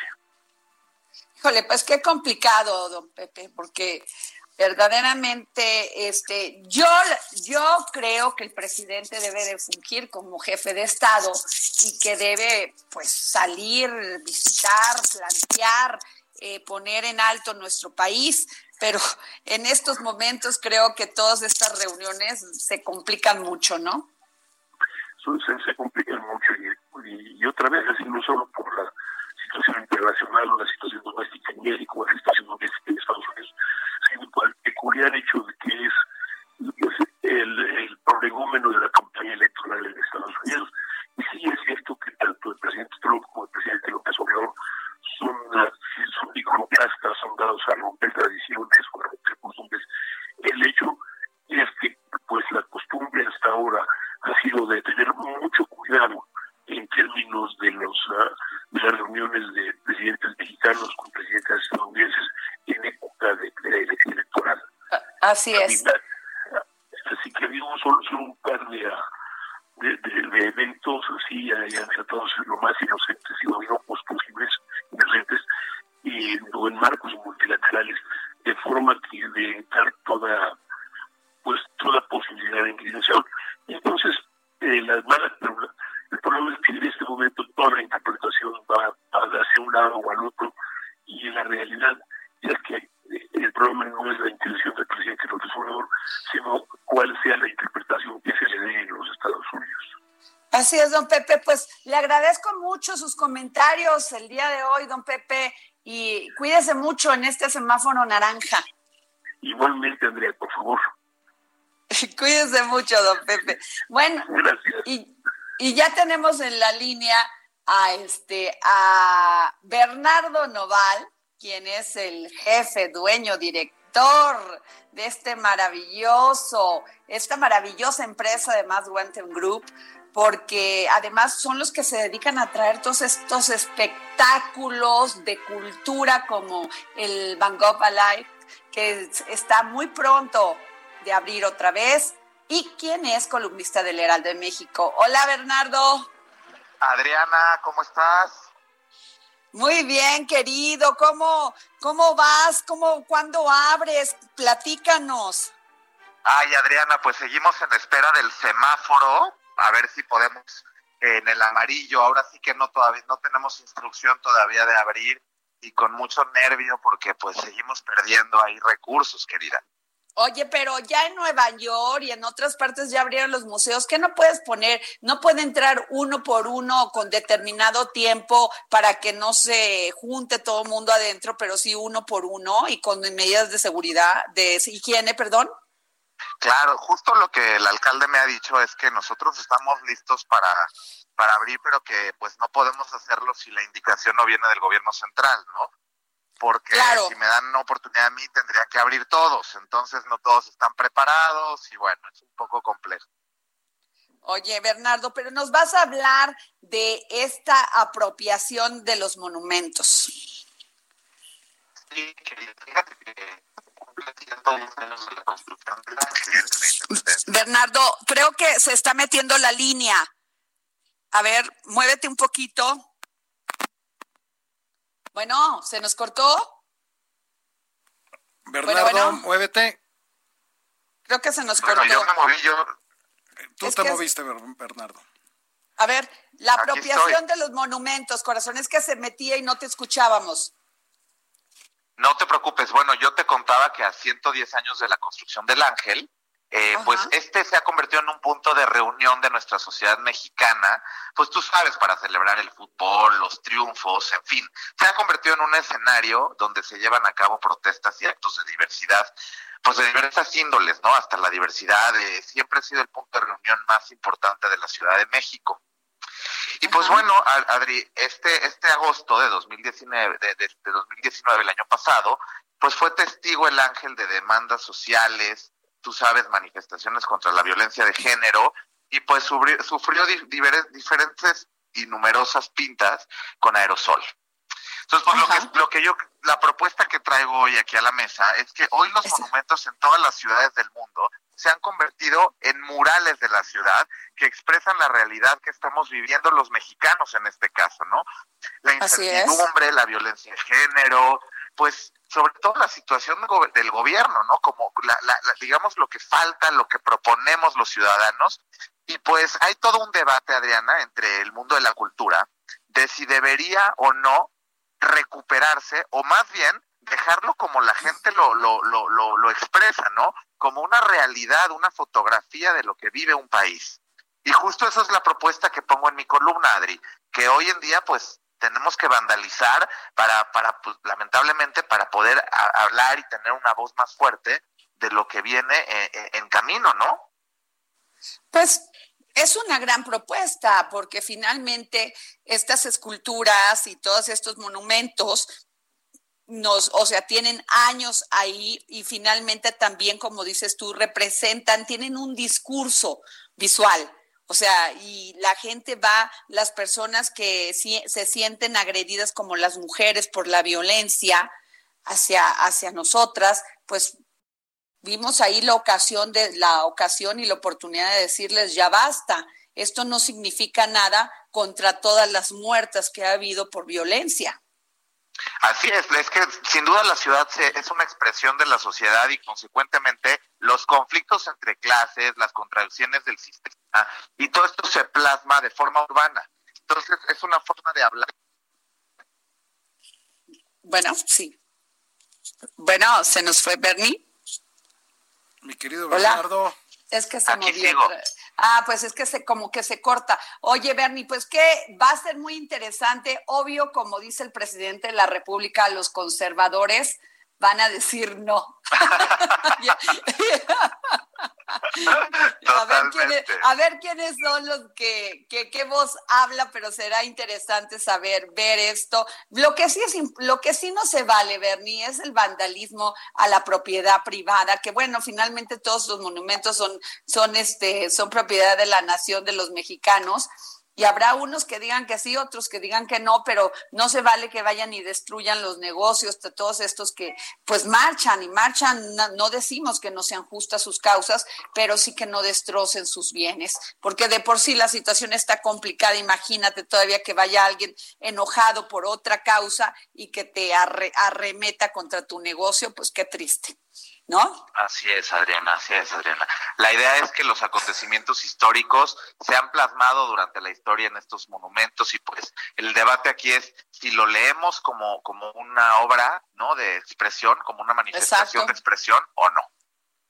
S5: Híjole, pues qué complicado, don Pepe, porque verdaderamente este, yo, yo creo que el presidente debe de fungir como jefe de Estado y que debe pues salir, visitar, plantear, eh, poner en alto nuestro país, pero en estos momentos creo que todas estas reuniones se complican mucho, ¿no?
S8: Se, se complican mucho y, y otra vez, así no solo por la situación internacional o la situación doméstica en México o la situación doméstica en Estados Unidos, sino por el peculiar hecho de que es pues, el, el prolegómeno de la campaña electoral en Estados Unidos. Y sí es cierto que tanto el presidente Trump como el presidente López Obrador son, son iconoclastas, son dados a romper tradiciones o a romper costumbres. El hecho es que pues la costumbre hasta ahora ha sido de tener mucho cuidado en términos de los uh, de las reuniones de presidentes mexicanos con presidentes estadounidenses en época de, de la elección electoral.
S5: Así es.
S8: Así que vimos solo, solo un par de, de, de, de eventos así, y han tratado de ser lo más inocentes y inocuos posibles, inocentes, y o en marcos multilaterales, de forma que de dar toda, pues, toda posibilidad de inclinación. Entonces, eh, las malas el problema es que en este momento toda la interpretación va, va hacia un lado o al otro, y en la realidad es que el problema no es la intención del presidente López Obrador, sino cuál sea la interpretación que se le dé en los Estados Unidos.
S5: Así es, don Pepe, pues le agradezco mucho sus comentarios el día de hoy, don Pepe, y cuídese mucho en este semáforo naranja.
S8: Igualmente, Andrea, por favor.
S5: Cuídese mucho, don Pepe. Bueno,
S8: gracias.
S5: Y, y ya tenemos en la línea a este a Bernardo Noval, quien es el jefe, dueño, director de este maravilloso, esta maravillosa empresa de Mass Wenten Group, porque además son los que se dedican a traer todos estos espectáculos de cultura como el Van Gogh Alive, que está muy pronto de abrir otra vez, y quien es columnista del Heraldo de México. Hola, Bernardo.
S9: Adriana, ¿cómo estás?
S5: Muy bien, querido. ¿Cómo, cómo vas? ¿Cómo, cuándo abres? Platícanos.
S9: Ay, Adriana, pues seguimos en espera del semáforo, a ver si podemos eh, en el amarillo. Ahora sí que no todavía no tenemos instrucción todavía de abrir, y con mucho nervio porque pues seguimos perdiendo ahí recursos, querida.
S5: Oye, pero ya en Nueva York y en otras partes ya abrieron los museos. ¿Qué no puedes poner? No puede entrar uno por uno con determinado tiempo para que no se junte todo el mundo adentro, pero sí uno por uno y con medidas de seguridad, de higiene, perdón.
S9: Claro, justo lo que el alcalde me ha dicho es que nosotros estamos listos para, para abrir, pero que pues no podemos hacerlo si la indicación no viene del gobierno central, ¿no? Porque claro, si me dan una oportunidad a mí tendría que abrir todos, entonces no todos están preparados y bueno, es un poco complejo.
S5: Oye, Bernardo, pero nos vas a hablar de esta apropiación de los monumentos.
S9: Sí, que fíjate que cumple ciento diez años de la construcción del Ángel.
S5: Bernardo, creo que se está metiendo la línea. A ver, muévete un poquito. Bueno, ¿se nos cortó?
S6: Bernardo, bueno, bueno. Muévete.
S5: Creo que se nos
S9: bueno,
S5: cortó.
S9: Yo me moví, yo...
S6: Tú es te moviste, es... Bernardo.
S5: A ver, la Aquí apropiación estoy. de los monumentos, corazón, es que se metía y no te escuchábamos.
S9: No te preocupes, bueno, yo te contaba que a ciento diez años de la construcción del Ángel, Eh, pues este se ha convertido en un punto de reunión de nuestra sociedad mexicana, pues tú sabes, para celebrar el fútbol, los triunfos, en fin, se ha convertido en un escenario donde se llevan a cabo protestas y actos de diversidad, pues de diversas índoles, ¿no? Hasta la diversidad eh, siempre ha sido el punto de reunión más importante de la Ciudad de México. Y pues Ajá. bueno, Adri, este este agosto de dos mil diecinueve, de, de, de dos mil diecinueve, el año pasado, pues fue testigo el Ángel de demandas sociales, tú sabes, manifestaciones contra la violencia de género, y pues sufrió, sufrió di, diferentes y numerosas pintas con aerosol. Entonces, pues lo que, lo que yo, la propuesta que traigo hoy aquí a la mesa es que hoy los Eso. monumentos en todas las ciudades del mundo se han convertido en murales de la ciudad que expresan la realidad que estamos viviendo los mexicanos en este caso, ¿no? La incertidumbre, la violencia de género, pues sobre todo la situación del gobierno, ¿no? Como la, la, la, digamos lo que falta, lo que proponemos los ciudadanos, y pues hay todo un debate, Adriana, entre el mundo de la cultura, de si debería o no recuperarse, o más bien dejarlo como la gente lo, lo, lo, lo, lo expresa, ¿no? Como una realidad, una fotografía de lo que vive un país. Y justo esa es la propuesta que pongo en mi columna, Adri, que hoy en día, pues, tenemos que vandalizar para, para pues, lamentablemente, para poder a, hablar y tener una voz más fuerte de lo que viene en, en camino, ¿no?
S5: Pues es una gran propuesta, porque finalmente estas esculturas y todos estos monumentos nos, o sea, tienen años ahí y finalmente también, como dices tú, representan, tienen un discurso visual. O sea, y la gente va, las personas que si, se sienten agredidas como las mujeres por la violencia hacia, hacia nosotras, pues vimos ahí la ocasión de la ocasión y la oportunidad de decirles ya basta. Esto no significa nada contra todas las muertas que ha habido por violencia.
S9: Así es, es que sin duda la ciudad se, es una expresión de la sociedad y consecuentemente los conflictos entre clases, las contradicciones del sistema y todo esto se plasma de forma urbana. Entonces es una forma de hablar.
S5: Bueno, sí. Bueno, se nos fue Bernie.
S6: Mi querido Bernardo.
S5: Hola. Es que se
S9: Aquí
S5: movió.
S9: sigo.
S5: Ah, pues es que se como que se corta. Oye, Bernie, pues que va a ser muy interesante. Obvio, como dice el presidente de la República, los conservadores van a decir no. a, ver quiénes, a ver quiénes son los que, que, qué voz habla, pero será interesante saber, ver esto. Lo que sí es, lo que sí no se vale, Bernie, es el vandalismo a la propiedad privada, que bueno, finalmente todos los monumentos son, son este, son propiedad de la nación, de los mexicanos. Y habrá unos que digan que sí, otros que digan que no, pero no se vale que vayan y destruyan los negocios de todos estos que pues marchan y marchan. No, no decimos que no sean justas sus causas, pero sí que no destrocen sus bienes, porque de por sí la situación está complicada. Imagínate todavía que vaya alguien enojado por otra causa y que te arre, arremeta contra tu negocio, pues qué triste, ¿no?
S9: Así es, Adriana, así es, Adriana. La idea es que los acontecimientos históricos se han plasmado durante la historia en estos monumentos y pues el debate aquí es si lo leemos como, como una obra, ¿no?, de expresión, como una manifestación Exacto. de expresión o no.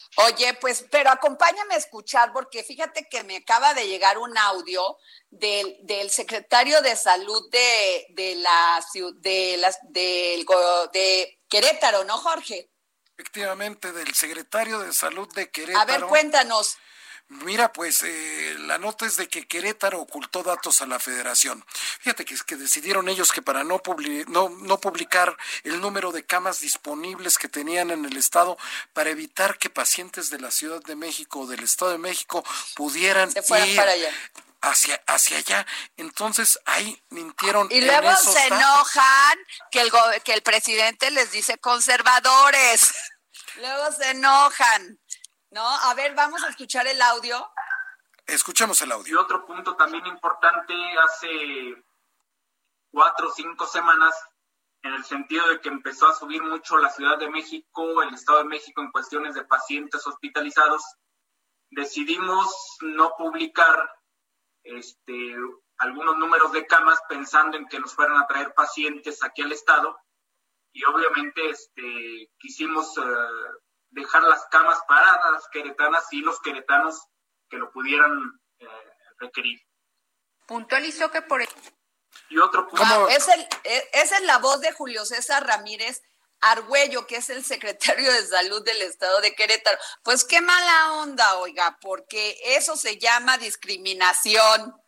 S5: Oye, pues, pero acompáñame a escuchar, porque fíjate que me acaba de llegar un audio del, del secretario de Salud de, de la de las del de Querétaro, ¿no, Jorge?
S6: Efectivamente, del secretario de Salud de Querétaro.
S5: A ver, cuéntanos.
S6: Mira, pues eh, la nota es de que Querétaro ocultó datos a la Federación. Fíjate que es que decidieron ellos que para no, publi- no, no publicar el número de camas disponibles que tenían en el estado, para evitar que pacientes de la Ciudad de México o del Estado de México pudieran
S5: se fueran
S6: ir
S5: para allá.
S6: Hacia, hacia allá. Entonces ahí mintieron.
S5: Y luego
S6: en esos
S5: se
S6: datos.
S5: enojan que el, go- que el presidente les dice conservadores. Luego se enojan. No, a ver, vamos a escuchar el audio.
S6: Escuchemos el
S10: Y
S6: audio.
S10: otro punto también importante, hace cuatro o cinco semanas, en el sentido de que empezó a subir mucho la Ciudad de México, el Estado de México en cuestiones de pacientes hospitalizados, decidimos no publicar este, algunos números de camas pensando en que nos fueran a traer pacientes aquí al Estado, y obviamente este, quisimos... Uh, dejar las camas para las queretanas y los queretanos que lo pudieran eh, requerir.
S5: Puntualizó que por...
S10: Y otro punto...
S5: Ah, es, el, es, es la voz de Julio César Ramírez Argüello, que es el secretario de Salud del Estado de Querétaro. Pues qué mala onda, oiga, porque eso se llama discriminación.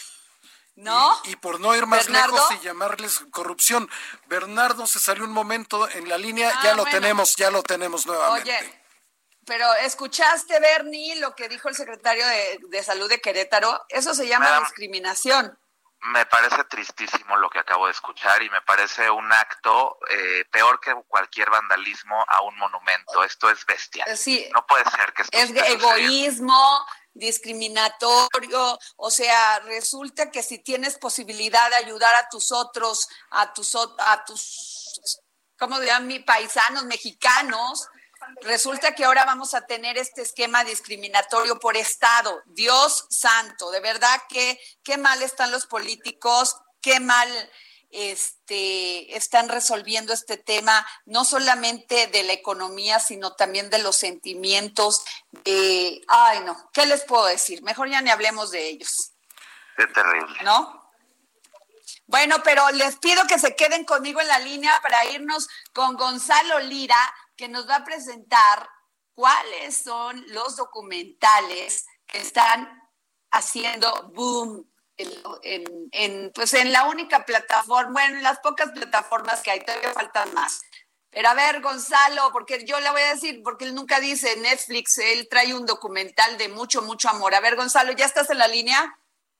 S5: ¿No?
S6: Y, y por no ir más
S5: ¿Bernardo?
S6: lejos y llamarles corrupción. Bernardo se salió un momento en la línea,
S5: Ah,
S6: ya lo
S5: bueno.
S6: tenemos, ya lo tenemos nuevamente.
S5: Oye, pero ¿escuchaste, Bernie, lo que dijo el secretario de, de Salud de Querétaro? Eso se llama
S9: Ah,
S5: discriminación.
S9: Me parece tristísimo lo que acabo de escuchar y me parece un acto eh, peor que cualquier vandalismo a un monumento. Esto es bestial.
S5: Sí,
S9: no puede ser que esto
S5: es
S9: esté
S5: egoísmo, discriminatorio. O sea, resulta que si tienes posibilidad de ayudar a tus otros, a tus, a tus, ¿cómo se llaman? Paisanos mexicanos, resulta que ahora vamos a tener este esquema discriminatorio por estado. Dios santo, de verdad que qué mal están los políticos, qué mal este, están resolviendo este tema, no solamente de la economía, sino también de los sentimientos. De, ay, no, ¿qué les puedo decir? Mejor ya ni hablemos de ellos.
S9: Qué terrible.
S5: ¿No? Bueno, pero les pido que se queden conmigo en la línea para irnos con Gonzalo Lira, que nos va a presentar cuáles son los documentales que están haciendo boom en, en, en, pues en la única plataforma, bueno, en las pocas plataformas que hay, todavía faltan más. Pero a ver, Gonzalo, porque yo le voy a decir, porque él nunca dice Netflix, él trae un documental de mucho, mucho amor. A ver, Gonzalo, ¿ya estás en la línea?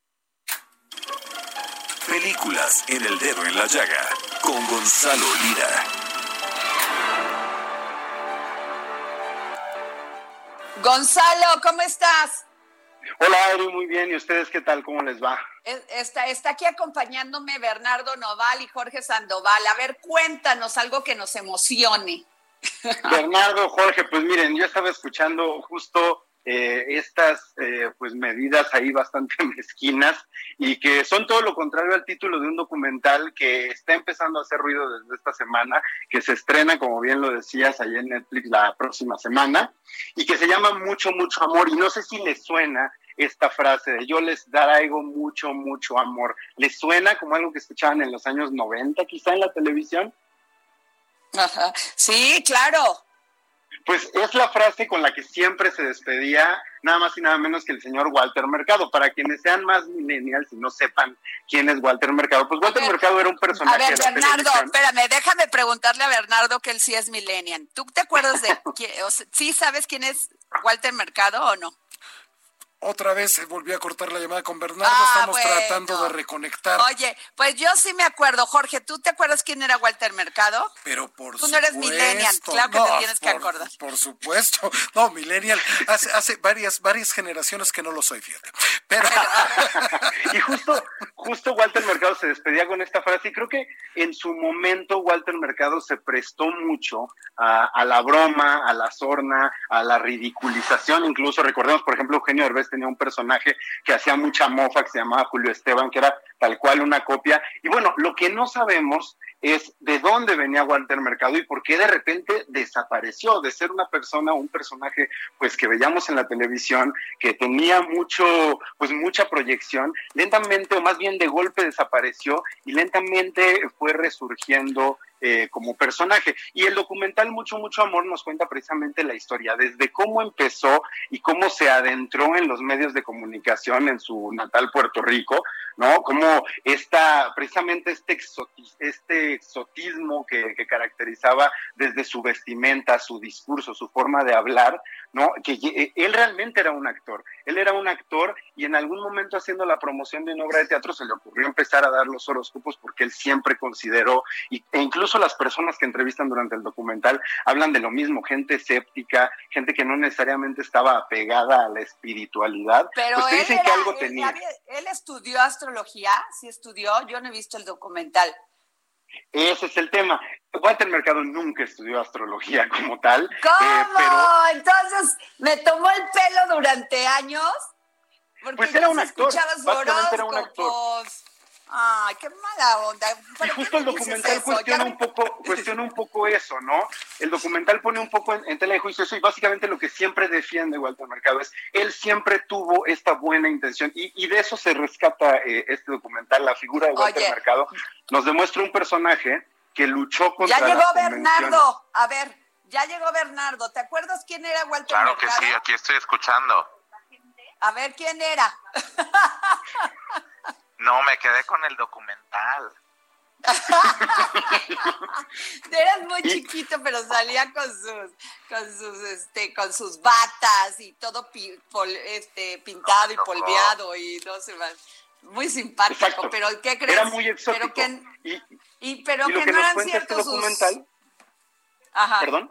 S3: Películas en el dedo en la llaga con Gonzalo Lira.
S5: Gonzalo, ¿cómo estás?
S11: Hola, Ari, muy bien. ¿Y ustedes qué tal? ¿Cómo les va?
S5: Está, está aquí acompañándome Bernardo Noval y Jorge Sandoval. A ver, cuéntanos algo que nos emocione.
S11: Bernardo, Jorge, pues miren, yo estaba escuchando justo eh, estas eh, pues medidas ahí bastante mezquinas y que son todo lo contrario al título de un documental que está empezando a hacer ruido desde esta semana, que se estrena, como bien lo decías, ahí en Netflix la próxima semana, y que se llama Mucho, Mucho Amor. Y no sé si les suena esta frase de yo les traigo mucho, mucho amor. ¿Les suena como algo que escuchaban en los años noventa, quizá en la televisión?
S5: Ajá. Sí, claro.
S11: Pues es la frase con la que siempre se despedía nada más y nada menos que el señor Walter Mercado. Para quienes sean más millennials y no sepan quién es Walter Mercado, pues Walter
S5: ver,
S11: Mercado era un personaje
S5: A ver,
S11: de la
S5: Bernardo,
S11: televisión.
S5: espérame, déjame preguntarle a Bernardo que él sí es millennial. ¿Tú te acuerdas de, o sea, sí sabes quién es Walter Mercado o no?
S6: Otra vez se volvió a cortar la llamada con Bernardo,
S5: Ah,
S6: estamos
S5: bueno.
S6: tratando de reconectar.
S5: Oye, pues yo sí me acuerdo. Jorge, ¿tú te acuerdas quién era Walter Mercado?
S6: Pero por
S5: Tú
S6: supuesto.
S5: no eres millennial, claro que
S6: no,
S5: te tienes que
S6: por,
S5: acordar.
S6: Por supuesto. No, millennial. Hace, hace varias, varias generaciones que no lo soy, fíjate. Pero...
S11: Y justo, justo Walter Mercado Mercado se despedía con esta frase y creo que en su momento Walter Mercado se prestó mucho a, a la broma, a la sorna, a la ridiculización. Incluso recordemos, por ejemplo, Eugenio Derbez tenía un personaje que hacía mucha mofa que se llamaba Julio Esteban, que era tal cual una copia. Y bueno, lo que no sabemos es de dónde venía Walter Mercado y por qué de repente desapareció de ser una persona, un personaje pues que veíamos en la televisión, que tenía mucho, pues mucha proyección, lentamente o más bien de golpe desapareció y lentamente fue resurgiendo eh, como personaje. Y el documental Mucho, Mucho Amor nos cuenta precisamente la historia, desde cómo empezó y cómo se adentró en los medios de comunicación en su natal Puerto Rico, ¿no? Cómo esta, precisamente este, exotis, este exotismo que, que caracterizaba desde su vestimenta, su discurso, su forma de hablar, ¿no? Que él realmente era un actor, él era un actor y en algún momento haciendo la promoción de una obra de teatro se le ocurrió empezar a dar los horóscopos porque él siempre consideró, y, e incluso las personas que entrevistan durante el documental hablan de lo mismo, gente escéptica, gente que no necesariamente estaba apegada a la espiritualidad,
S5: pero
S11: pues te
S5: él
S11: dicen
S5: era,
S11: que algo
S5: él,
S11: tenía.
S5: Había, él estudió astrología, sí estudió, yo no he visto el documental.
S11: Ese es el tema. Walter Mercado nunca estudió astrología como tal.
S5: ¿Cómo?
S11: Eh, pero...
S5: Entonces, ¿me tomó el pelo durante años? Porque
S11: pues era un actor,
S5: básicamente era un actor. Ay, qué mala onda.
S11: Y justo el documental cuestiona un poco, cuestiona un poco eso, ¿no? El documental pone un poco en, en tela de juicio eso y básicamente lo que siempre defiende Walter Mercado es, él siempre tuvo esta buena intención y, y de eso se rescata eh, este documental, la figura de Walter Oye. Mercado. Nos demuestra un personaje que luchó contra
S5: Ya llegó
S11: las
S5: Bernardo, a ver, ya llegó Bernardo. ¿Te acuerdas quién era Walter
S9: claro
S5: Mercado?
S9: Claro que sí, aquí estoy escuchando.
S5: A ver, ¿quién era?
S9: No, me quedé con el documental.
S5: Eras muy chiquito, pero salía con sus, con sus, este, con sus batas y todo pi, pol, este, pintado no, y polveado y no sé más. Muy simpático. Exacto. Pero ¿qué crees?
S11: Era muy exótico.
S5: Pero que,
S11: y,
S5: y pero
S11: y lo
S5: que,
S11: que
S5: no
S11: nos
S5: eran
S11: cuenta
S5: ciertos
S11: este documental.
S5: Sus... Ajá.
S11: ¿Perdón?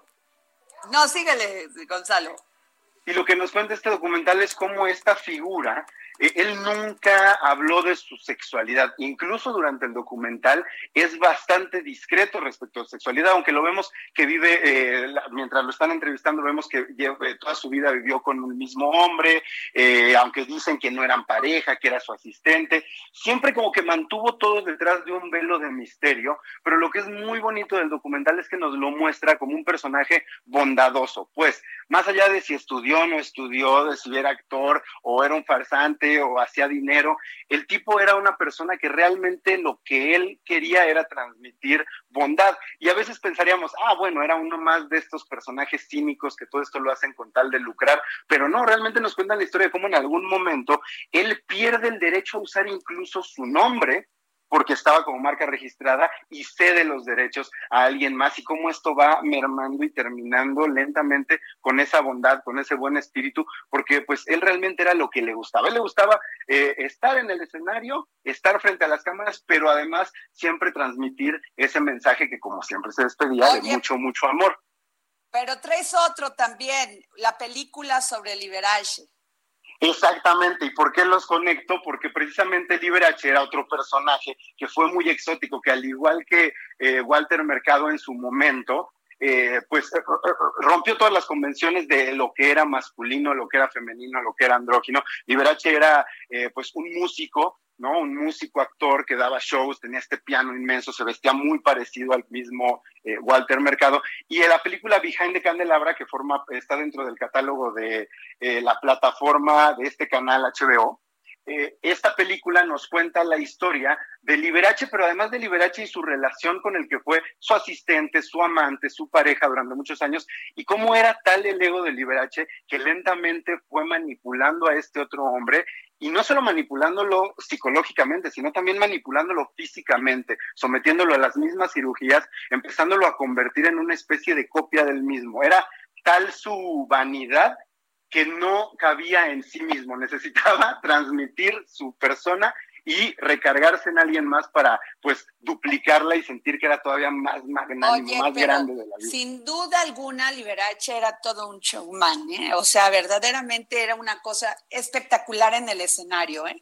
S5: No, síguele, Gonzalo.
S11: Y lo que nos cuenta este documental es cómo esta figura, eh, él nunca habló de su sexualidad, incluso durante el documental es bastante discreto respecto a su sexualidad, aunque lo vemos que vive, eh, la, mientras lo están entrevistando, vemos que lleva, eh, toda su vida vivió con un mismo hombre, eh, aunque dicen que no eran pareja, que era su asistente, siempre como que mantuvo todo detrás de un velo de misterio, pero lo que es muy bonito del documental es que nos lo muestra como un personaje bondadoso, pues, más allá de si estudió o no estudió, de si era actor o era un farsante o hacía dinero, el tipo era una persona que realmente lo que él quería era transmitir bondad, y a veces pensaríamos, ah, bueno, era uno más de estos personajes cínicos que todo esto lo hacen con tal de lucrar, pero no, realmente nos cuentan la historia de cómo en algún momento él pierde el derecho a usar incluso su nombre, porque estaba como marca registrada y cede los derechos a alguien más y cómo esto va mermando y terminando lentamente con esa bondad, con ese buen espíritu, porque pues él realmente era lo que le gustaba. Él le gustaba eh, estar en el escenario, estar frente a las cámaras, pero además siempre transmitir ese mensaje que como siempre se despedía Oye, de mucho, mucho amor.
S5: Pero traes otro también, la película sobre Liberace.
S11: Exactamente, ¿y por qué los conecto? Porque precisamente Liberace era otro personaje que fue muy exótico, que al igual que eh, Walter Mercado en su momento, eh, pues eh, rompió todas las convenciones de lo que era masculino, lo que era femenino, lo que era andrógino. Liberace era eh, pues un músico, ¿no? Un músico actor que daba shows, tenía este piano inmenso, se vestía muy parecido al mismo eh, Walter Mercado, y en la película Behind the Candelabra, que forma, está dentro del catálogo de eh, la plataforma de este canal H B O, eh, esta película nos cuenta la historia de Liberace, pero además de Liberace y su relación con el que fue su asistente, su amante, su pareja durante muchos años, y cómo era tal el ego de Liberace que lentamente fue manipulando a este otro hombre, y no solo manipulándolo psicológicamente, sino también manipulándolo físicamente, sometiéndolo a las mismas cirugías, empezándolo a convertir en una especie de copia del mismo. Era tal su vanidad que no cabía en sí mismo, necesitaba transmitir su persona y recargarse en alguien más para, pues, duplicarla y sentir que era todavía más magnánimo, Oye, más grande de la vida.
S5: Sin duda alguna, Liberace era todo un showman, ¿eh? O sea, verdaderamente era una cosa espectacular en el escenario, ¿eh?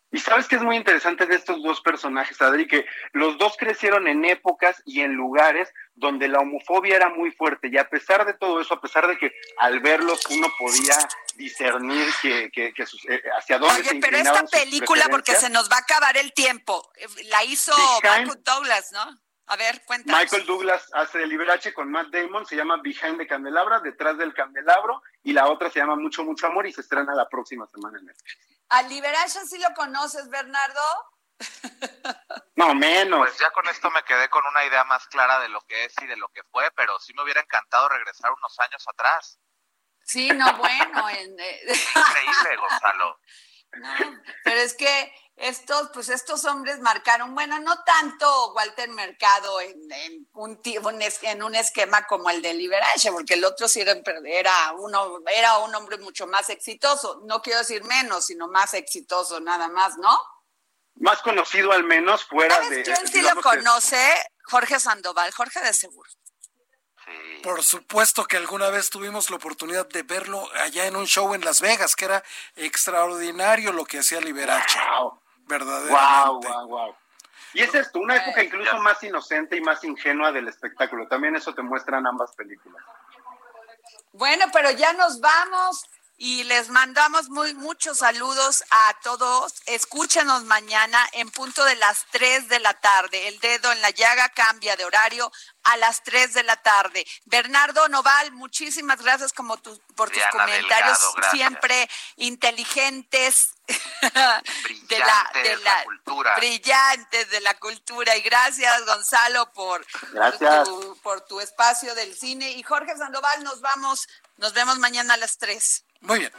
S11: Y sabes que es muy interesante de estos dos personajes, Adri, que los dos crecieron en épocas y en lugares donde la homofobia era muy fuerte, y a pesar de todo eso, a pesar de que al verlos uno podía discernir que, que, que sus, eh, hacia dónde
S5: Oye,
S11: se
S5: pero
S11: inclinaban
S5: esta película, porque se nos va a acabar el tiempo, la hizo
S11: Behind,
S5: Michael Douglas, ¿no? A ver, cuéntanos.
S11: Michael Douglas hace de Liberace con Matt Damon, se llama Behind the Candelabra, Detrás del Candelabro, y la otra se llama Mucho, Mucho Amor, y se estrena la próxima semana en Netflix.
S5: ¿A Liberace sí lo conoces, Bernardo?
S11: No, menos.
S9: Pues ya con esto me quedé con una idea más clara de lo que es y de lo que fue, pero sí me hubiera encantado regresar unos años atrás.
S5: Sí, no, bueno. En, eh...
S9: Increíble, Gonzalo.
S5: No, pero es que estos, pues estos hombres marcaron, bueno, no tanto Walter Mercado en, en, un, en un esquema como el de Liberace, porque el otro sí era, era, uno, era un hombre mucho más exitoso, no quiero decir menos, sino más exitoso, nada más, ¿no?
S11: Más conocido al menos fuera
S5: ¿Sabes
S11: de...
S5: quién sí lo conoce? Que... Jorge Sandoval, Jorge de seguro.
S6: Sí. Por supuesto que alguna vez tuvimos la oportunidad de verlo allá en un show en Las Vegas, que era extraordinario lo que hacía Liberace.
S11: Wow.
S6: Verdaderamente.
S11: Wow, wow, wow. Y es esto, una época incluso más inocente y más ingenua del espectáculo. También eso te muestran ambas películas.
S5: Bueno, pero ya nos vamos. Y les mandamos muy muchos saludos a todos. Escúchenos mañana en punto de las tres de la tarde. El Dedo en la Llaga cambia de horario a las tres de la tarde. Bernardo Noval, muchísimas gracias como tu, por tus
S9: Diana
S5: comentarios
S9: Delgado,
S5: siempre inteligentes
S9: de la, de la cultura.
S5: Brillantes de la cultura. Y gracias, Gonzalo, por,
S11: gracias.
S5: Tu, por tu espacio del cine. Y Jorge Sandoval, nos vamos, nos vemos mañana a las tres.
S6: Muy bien.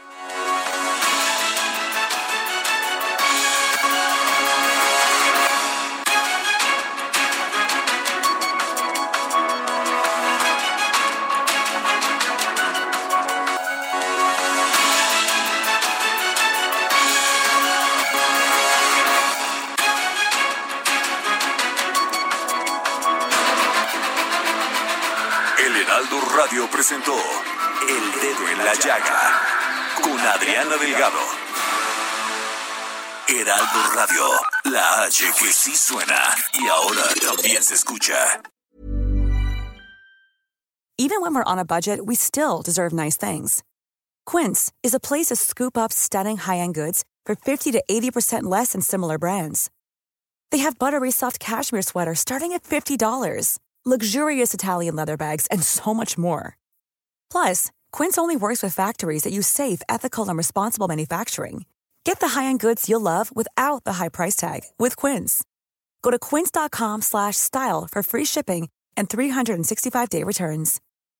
S3: El Heraldo Radio presentó El Dedo en la Llaga con Adriana Delgado. Heraldo Radio, la H que sí suena y ahora también se escucha.
S12: Even when we're on a budget, we still deserve nice things. Quince is a place to scoop up stunning high-end goods for fifty to eighty percent less than similar brands. They have buttery soft cashmere sweaters starting at fifty dollars, luxurious Italian leather bags, and so much more. Plus, Quince only works with factories that use safe, ethical, and responsible manufacturing. Get the high-end goods you'll love without the high price tag with Quince. Go to quince.com slash style for free shipping and three sixty-five day returns.